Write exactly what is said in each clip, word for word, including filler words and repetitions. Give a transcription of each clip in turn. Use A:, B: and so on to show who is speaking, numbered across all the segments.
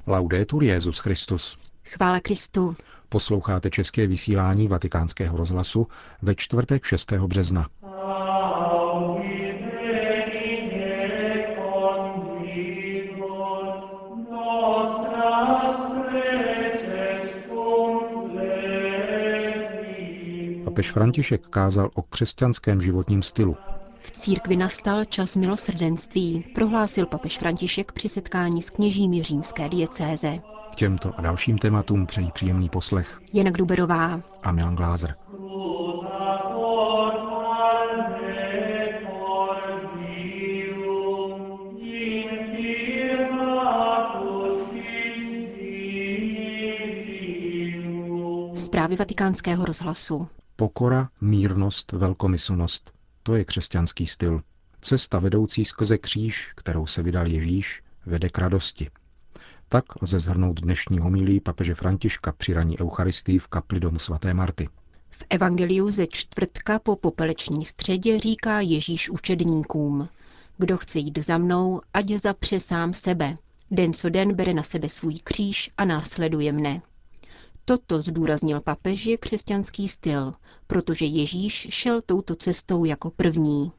A: Laudetur Jesus Christus.
B: Chvála Kristu.
A: Posloucháte české vysílání Vatikánského rozhlasu ve čtvrtek šestého března. Papež František kázal o křesťanském životním stylu.
B: V církvi nastal čas milosrdenství, prohlásil papež František při setkání s kněžími římské diecéze.
A: K těmto a dalším tématům přejí příjemný poslech
B: Jana Gruberová
A: a Milan Glázer.
B: Zprávy Vatikánského rozhlasu.
A: Pokora, mírnost, velkomyslnost. To je křesťanský styl. Cesta vedoucí skrze kříž, kterou se vydal Ježíš, vede k radosti. Tak lze shrnout dnešní homilii papeže Františka při ranní eucharistii v kapli domu svaté Marty.
B: V evangeliu ze čtvrtka po popeleční středě říká Ježíš učedníkům: Kdo chce jít za mnou, ať zapře sám sebe. Den co den bere na sebe svůj kříž a následuje mne. Toto zdůraznil papež je křesťanský styl, protože Ježíš šel touto cestou jako první.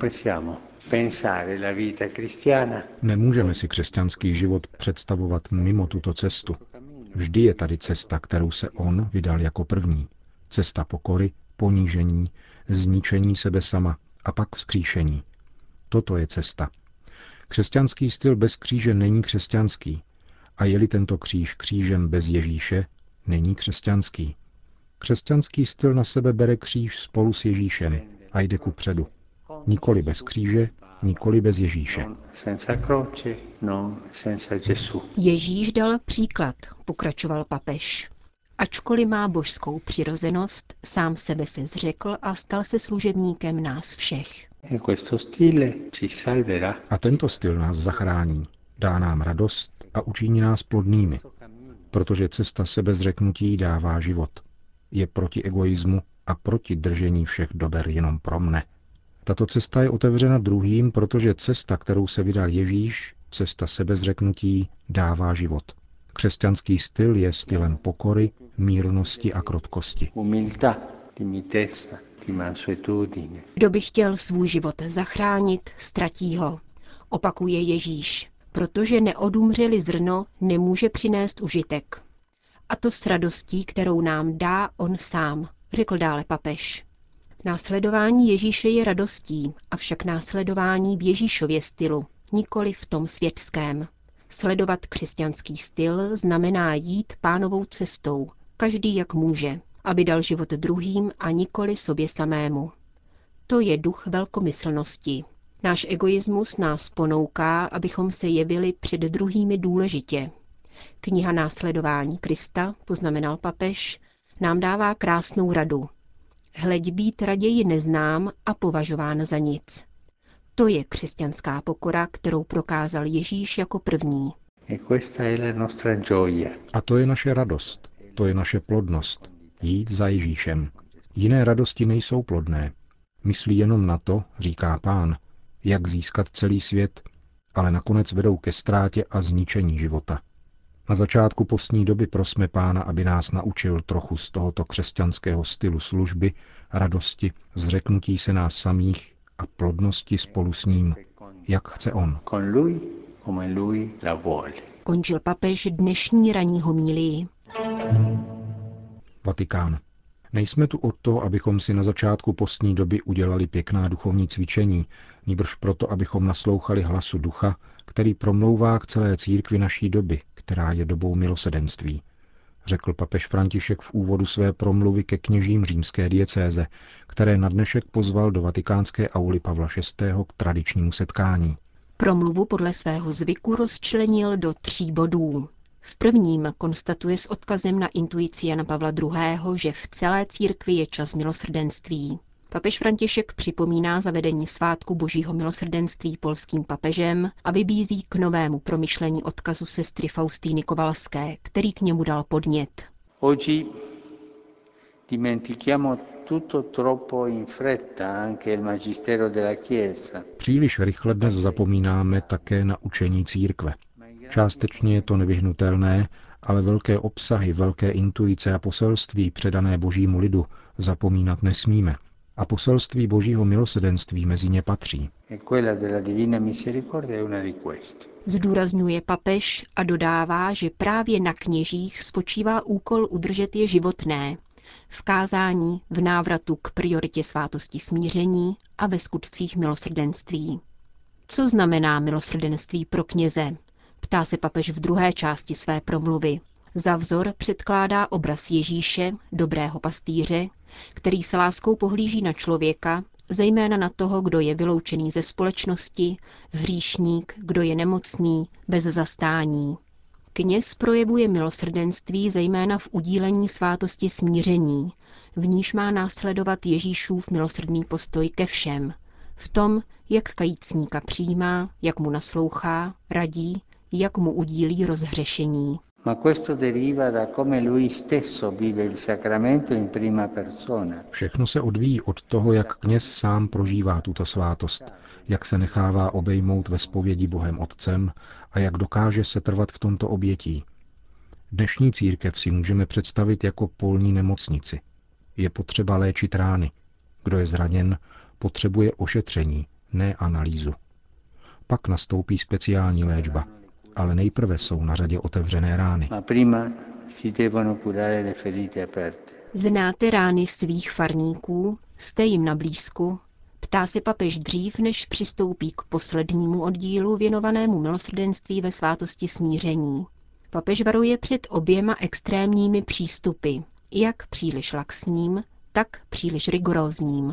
A: Nemůžeme si křesťanský život představovat mimo tuto cestu. Vždy je tady cesta, kterou se on vydal jako první. Cesta pokory, ponížení, zničení sebe sama a pak vzkříšení. Toto je cesta. Křesťanský styl bez kříže není křesťanský. A je-li tento kříž křížem bez Ježíše, není křesťanský. Křesťanský styl na sebe bere kříž spolu s Ježíšem a jde ku předu. Nikoli bez kříže, nikoli bez Ježíše.
B: Ježíš dal příklad, pokračoval papež. Ačkoliv má božskou přirozenost, sám sebe se zřekl a stal se služebníkem nás všech.
A: A tento styl nás zachrání, dá nám radost a učiní nás plodnými, protože cesta sebezřeknutí dává život. Je proti egoismu a proti držení všech dober jenom pro mne. Tato cesta je otevřena druhým, protože cesta, kterou se vydal Ježíš, cesta sebezřeknutí, dává život. Křesťanský styl je stylem pokory, mírnosti a krotkosti.
B: Kdo by chtěl svůj život zachránit, ztratí ho, opakuje Ježíš, protože neodumřeli zrno nemůže přinést užitek. A to s radostí, kterou nám dá on sám, řekl dále papež. Následování Ježíše je radostí, avšak následování v Ježíšově stylu, nikoli v tom světském. Sledovat křesťanský styl znamená jít Pánovou cestou, každý jak může, aby dal život druhým a nikoli sobě samému. To je duch velkomyslnosti. Náš egoismus nás ponouká, abychom se jevili před druhými důležitě. Kniha Následování Krista, poznamenal papež, nám dává krásnou radu. Hleď být raději neznám a považován za nic. To je křesťanská pokora, kterou prokázal Ježíš jako první.
A: A to je naše radost, to je naše plodnost, jít za Ježíšem. Jiné radosti nejsou plodné. Myslí jenom na to, říká Pán, jak získat celý svět, ale nakonec vedou ke ztrátě a zničení života. Na začátku postní doby prosme Pána, aby nás naučil trochu z tohoto křesťanského stylu služby, radosti, zřeknutí se nás samých a plodnosti spolu s ním, jak chce on.
B: Končil papež dnešní ranní homilii.
A: Vatikán. Nejsme tu od toho, abychom si na začátku postní doby udělali pěkná duchovní cvičení, nýbrž proto, abychom naslouchali hlasu ducha, který promlouvá k celé církvi naší doby, která je dobou milosedenství, řekl papež František v úvodu své promluvy ke kněžím římské diecéze, které na dnešek pozval do vatikánské auly Pavla šestého k tradičnímu setkání.
B: Promluvu podle svého zvyku rozčlenil do tří bodů. V prvním konstatuje s odkazem na intuici Jana Pavla druhého., že v celé církvi je čas milosrdenství. Papež František připomíná zavedení svátku Božího milosrdenství polským papežem a vybízí k novému promyšlení odkazu sestry Faustýny Kowalské, který k němu dal podnět.
A: Příliš rychle dnes zapomínáme také na učení církve. Částečně je to nevyhnutelné, ale velké obsahy, velké intuice a poselství předané božímu lidu zapomínat nesmíme. A poselství božího milosrdenství mezi ně patří.
B: Zdůrazňuje papež a dodává, že právě na kněžích spočívá úkol udržet je životné, v kázání, v návratu k prioritě svátosti smíření a ve skutcích milosrdenství. Co znamená milosrdenství pro kněze? Ptá se papež v druhé části své promluvy. Za vzor předkládá obraz Ježíše, dobrého pastýře, který se láskou pohlíží na člověka, zejména na toho, kdo je vyloučený ze společnosti, hříšník, kdo je nemocný, bez zastání. Kněz projevuje milosrdenství zejména v udílení svátosti smíření, v níž má následovat Ježíšův milosrdný postoj ke všem, v tom, jak kajícníka přijímá, jak mu naslouchá, radí, jak mu udílí rozhřešení.
A: Všechno se odvíjí od toho, jak kněz sám prožívá tuto svátost, jak se nechává obejmout ve zpovědi Bohem Otcem a jak dokáže setrvat v tomto obětí. Dnešní církev si můžeme představit jako polní nemocnici. Je potřeba léčit rány. Kdo je zraněn, potřebuje ošetření, ne analýzu. Pak nastoupí speciální léčba, ale nejprve jsou na řadě otevřené rány.
B: Znáte rány svých farníků? Jste jim na blízku? Ptá se papež dřív, než přistoupí k poslednímu oddílu věnovanému milosrdenství ve svátosti smíření. Papež varuje před oběma extrémními přístupy, jak příliš laxním, tak příliš rigorózním.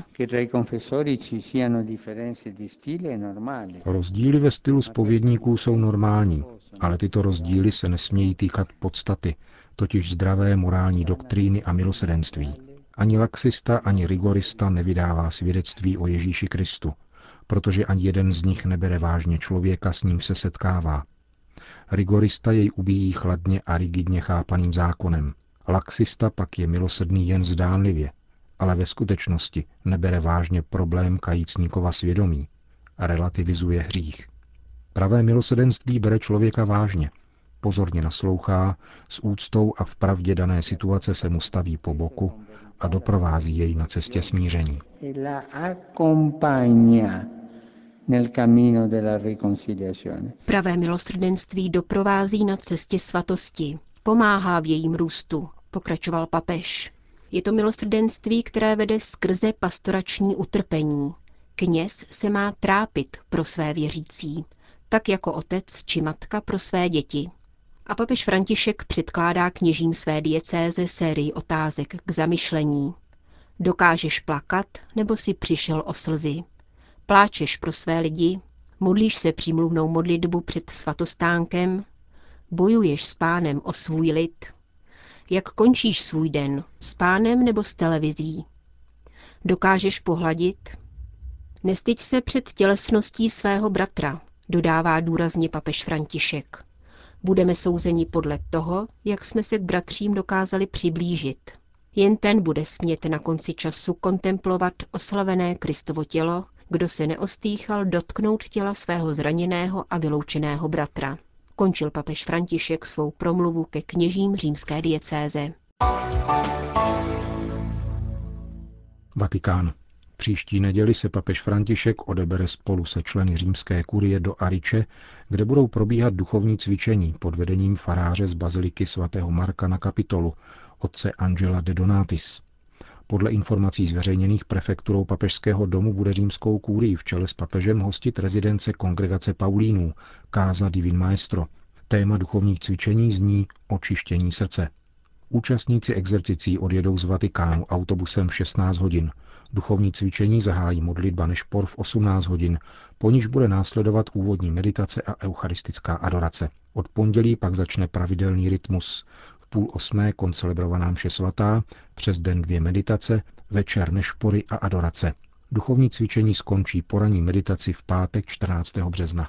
A: Rozdíly ve stylu zpovědníků jsou normální, ale tyto rozdíly se nesmějí týkat podstaty, totiž zdravé morální doktríny a milosrdenství. Ani laxista, ani rigorista nevydává svědectví o Ježíši Kristu, protože ani jeden z nich nebere vážně člověka, s ním se setkává. Rigorista jej ubíjí chladně a rigidně chápaným zákonem. Laxista pak je milosrdný jen zdánlivě, ale ve skutečnosti nebere vážně problém kajícníkova svědomí a relativizuje hřích. Pravé milosrdenství bere člověka vážně, pozorně naslouchá, s úctou a v pravdě dané situace se mu staví po boku a doprovází jej na cestě smíření.
B: Pravé milosrdenství doprovází na cestě svatosti, pomáhá v jejím růstu, pokračoval papež. Je to milosrdenství, které vede skrze pastorační utrpení. Kněz se má trápit pro své věřící, tak jako otec či matka pro své děti. A papež František předkládá kněžím své diecéze sérii otázek k zamyšlení. Dokážeš plakat, nebo si přišel o slzy? Pláčeš pro své lidi? Modlíš se přímluvnou modlitbu před svatostánkem? Bojuješ s Pánem o svůj lid? Jak končíš svůj den? S Pánem nebo s televizí? Dokážeš pohladit? Nestyď se před tělesností svého bratra, dodává důrazně papež František. Budeme souzeni podle toho, jak jsme se k bratřím dokázali přiblížit. Jen ten bude smět na konci času kontemplovat oslavené Kristovo tělo, kdo se neostýchal dotknout těla svého zraněného a vyloučeného bratra. Končil papež František svou promluvu ke kněžím římské diecéze.
A: Vatikán. Příští neděli se papež František odebere spolu se členy římské kurie do Ariče, kde budou probíhat duchovní cvičení pod vedením faráře z baziliky svatého Marka na Kapitolu, otce Angela de Donatis. Podle informací zveřejněných prefekturou papežského domu bude římskou kurii v čele s papežem hostit rezidence kongregace Paulínů, Casa Divin Maestro. Téma duchovních cvičení zní očištění srdce. Účastníci exercicí odjedou z Vatikánu autobusem v šestnáct hodin. Duchovní cvičení zahájí modlitba nešpor v osmnáct hodin, po níž bude následovat úvodní meditace a eucharistická adorace. Od pondělí pak začne pravidelný rytmus. V půl osmé koncelebrovaná mše svatá, přes den dvě meditace, večer nešpory a adorace. Duchovní cvičení skončí po ranní meditaci v pátek čtrnáctého března.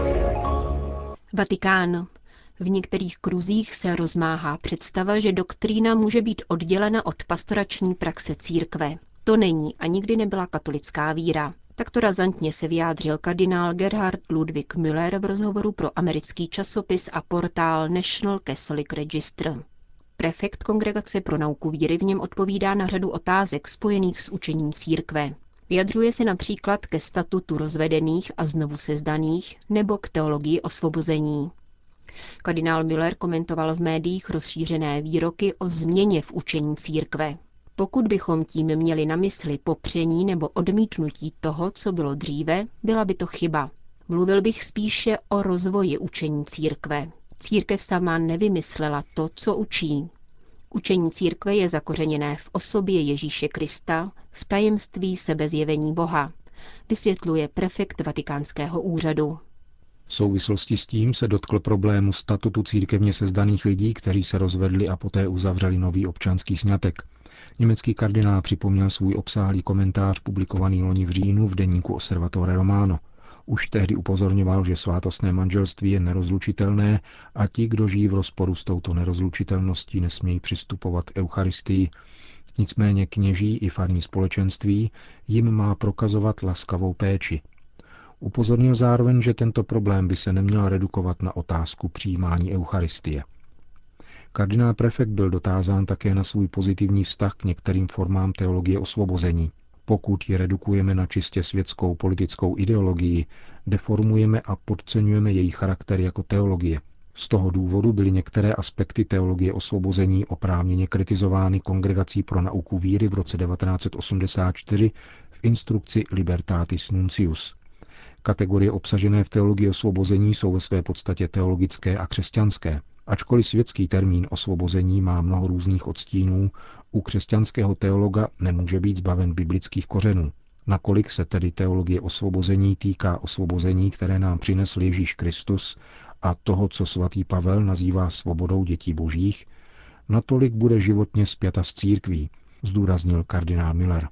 B: Vatikán. V některých kruzích se rozmáhá představa, že doktrína může být oddělena od pastorační praxe církve. To není a nikdy nebyla katolická víra. Takto razantně se vyjádřil kardinál Gerhard Ludwig Müller v rozhovoru pro americký časopis a portál National Catholic Register. Prefekt Kongregace pro nauku víry v něm odpovídá na řadu otázek spojených s učením církve. Vyjadřuje se například ke statutu rozvedených a znovu sezdaných nebo k teologii osvobození. Kardinál Müller komentoval v médiích rozšířené výroky o změně v učení církve. Pokud bychom tím měli na mysli popření nebo odmítnutí toho, co bylo dříve, byla by to chyba. Mluvil bych spíše o rozvoji učení církve. Církev sama nevymyslela to, co učí. Učení církve je zakořeněné v osobě Ježíše Krista, v tajemství sebezjevení Boha, vysvětluje prefekt Vatikánského úřadu.
A: V souvislosti s tím se dotkl problému statutu církevně sezdaných lidí, kteří se rozvedli a poté uzavřeli nový občanský sňatek. Německý kardinál připomněl svůj obsáhlý komentář publikovaný loni v říjnu v deníku Osservatore Romano. Už tehdy upozorňoval, že svátostné manželství je nerozlučitelné a ti, kdo žijí v rozporu s touto nerozlučitelností, nesmějí přistupovat k Eucharistii. Nicméně kněží i farní společenství jim má prokazovat laskavou péči. Upozornil zároveň, že tento problém by se neměl redukovat na otázku přijímání Eucharistie. Kardinál prefekt byl dotázán také na svůj pozitivní vztah k některým formám teologie osvobození. Pokud ji redukujeme na čistě světskou politickou ideologii, deformujeme a podceňujeme její charakter jako teologie. Z toho důvodu byly některé aspekty teologie osvobození oprávněně kritizovány Kongregací pro nauku víry v roce devatenáct set osmdesát čtyři v instrukci Libertatis Nuncius. Kategorie obsažené v teologii osvobození jsou ve své podstatě teologické a křesťanské. Ačkoliv světský termín osvobození má mnoho různých odstínů, u křesťanského teologa nemůže být zbaven biblických kořenů. Nakolik se tedy teologie osvobození týká osvobození, které nám přinesl Ježíš Kristus a toho, co svatý Pavel nazývá svobodou dětí božích, natolik bude životně spjata s církví, zdůraznil kardinál Müller.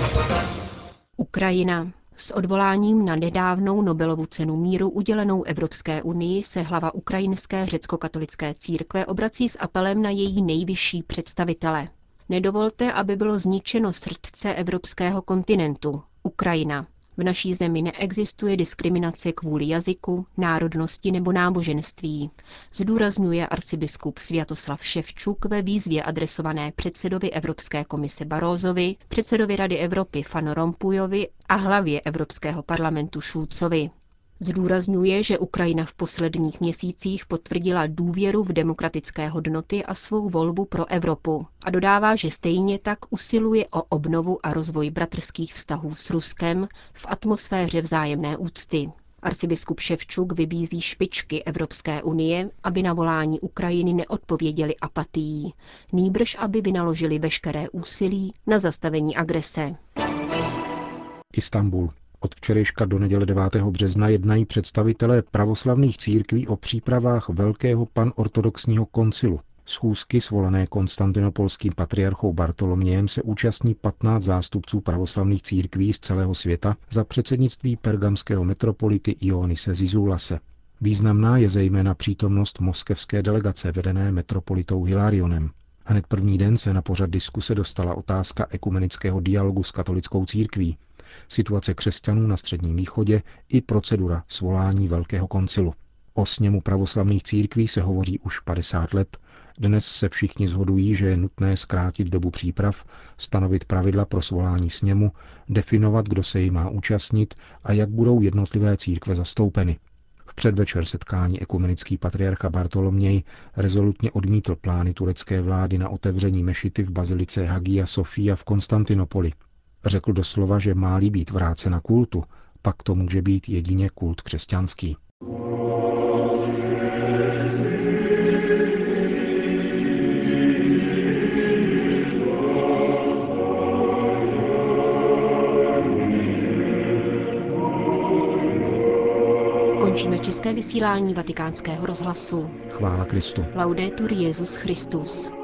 B: Ukrajina. S odvoláním na nedávnou Nobelovu cenu míru udělenou Evropské unii se hlava ukrajinské řeckokatolické církve obrací s apelem na její nejvyšší představitele. Nedovolte, aby bylo zničeno srdce evropského kontinentu, Ukrajina. V naší zemi neexistuje diskriminace kvůli jazyku, národnosti nebo náboženství, zdůrazňuje arcibiskup Sviatoslav Ševčuk ve výzvě adresované předsedovi Evropské komise Barrosovi, předsedovi Rady Evropy Van Rompuyovi a hlavě Evropského parlamentu Schulzovi. Zdůrazňuje, že Ukrajina v posledních měsících potvrdila důvěru v demokratické hodnoty a svou volbu pro Evropu a dodává, že stejně tak usiluje o obnovu a rozvoj bratrských vztahů s Ruskem v atmosféře vzájemné úcty. Arcibiskup Ševčuk vybízí špičky Evropské unie, aby na volání Ukrajiny neodpověděli apatií, nýbrž aby vynaložili veškeré úsilí na zastavení agrese.
A: Istanbul. Od včerejška do neděle devátého března jednají představitelé pravoslavných církví o přípravách velkého panortodoxního koncilu. Schůzky svolané konstantinopolským patriarchou Bartolomějem se účastní patnáct zástupců pravoslavných církví z celého světa za předsednictví pergamského metropolity Ionise Zizoulase. Významná je zejména přítomnost moskevské delegace vedené metropolitou Hilarionem. Hned první den se na pořad diskuse dostala otázka ekumenického dialogu s katolickou církví, situace křesťanů na Středním východě i procedura svolání Velkého koncilu. O sněmu pravoslavných církví se hovoří už padesát let. Dnes se všichni shodují, že je nutné zkrátit dobu příprav, stanovit pravidla pro svolání sněmu, definovat, kdo se jí má účastnit a jak budou jednotlivé církve zastoupeny. V předvečer setkání ekumenický patriarcha Bartoloměj rezolutně odmítl plány turecké vlády na otevření mešity v bazilice Hagia Sofia v Konstantinopoli. Řekl doslova, že má-li být vrácena kultu, pak to může být jedině kult křesťanský.
B: Končíme české vysílání Vatikánského rozhlasu.
A: Chvála Kristu.
B: Laudetur Jesus Christus.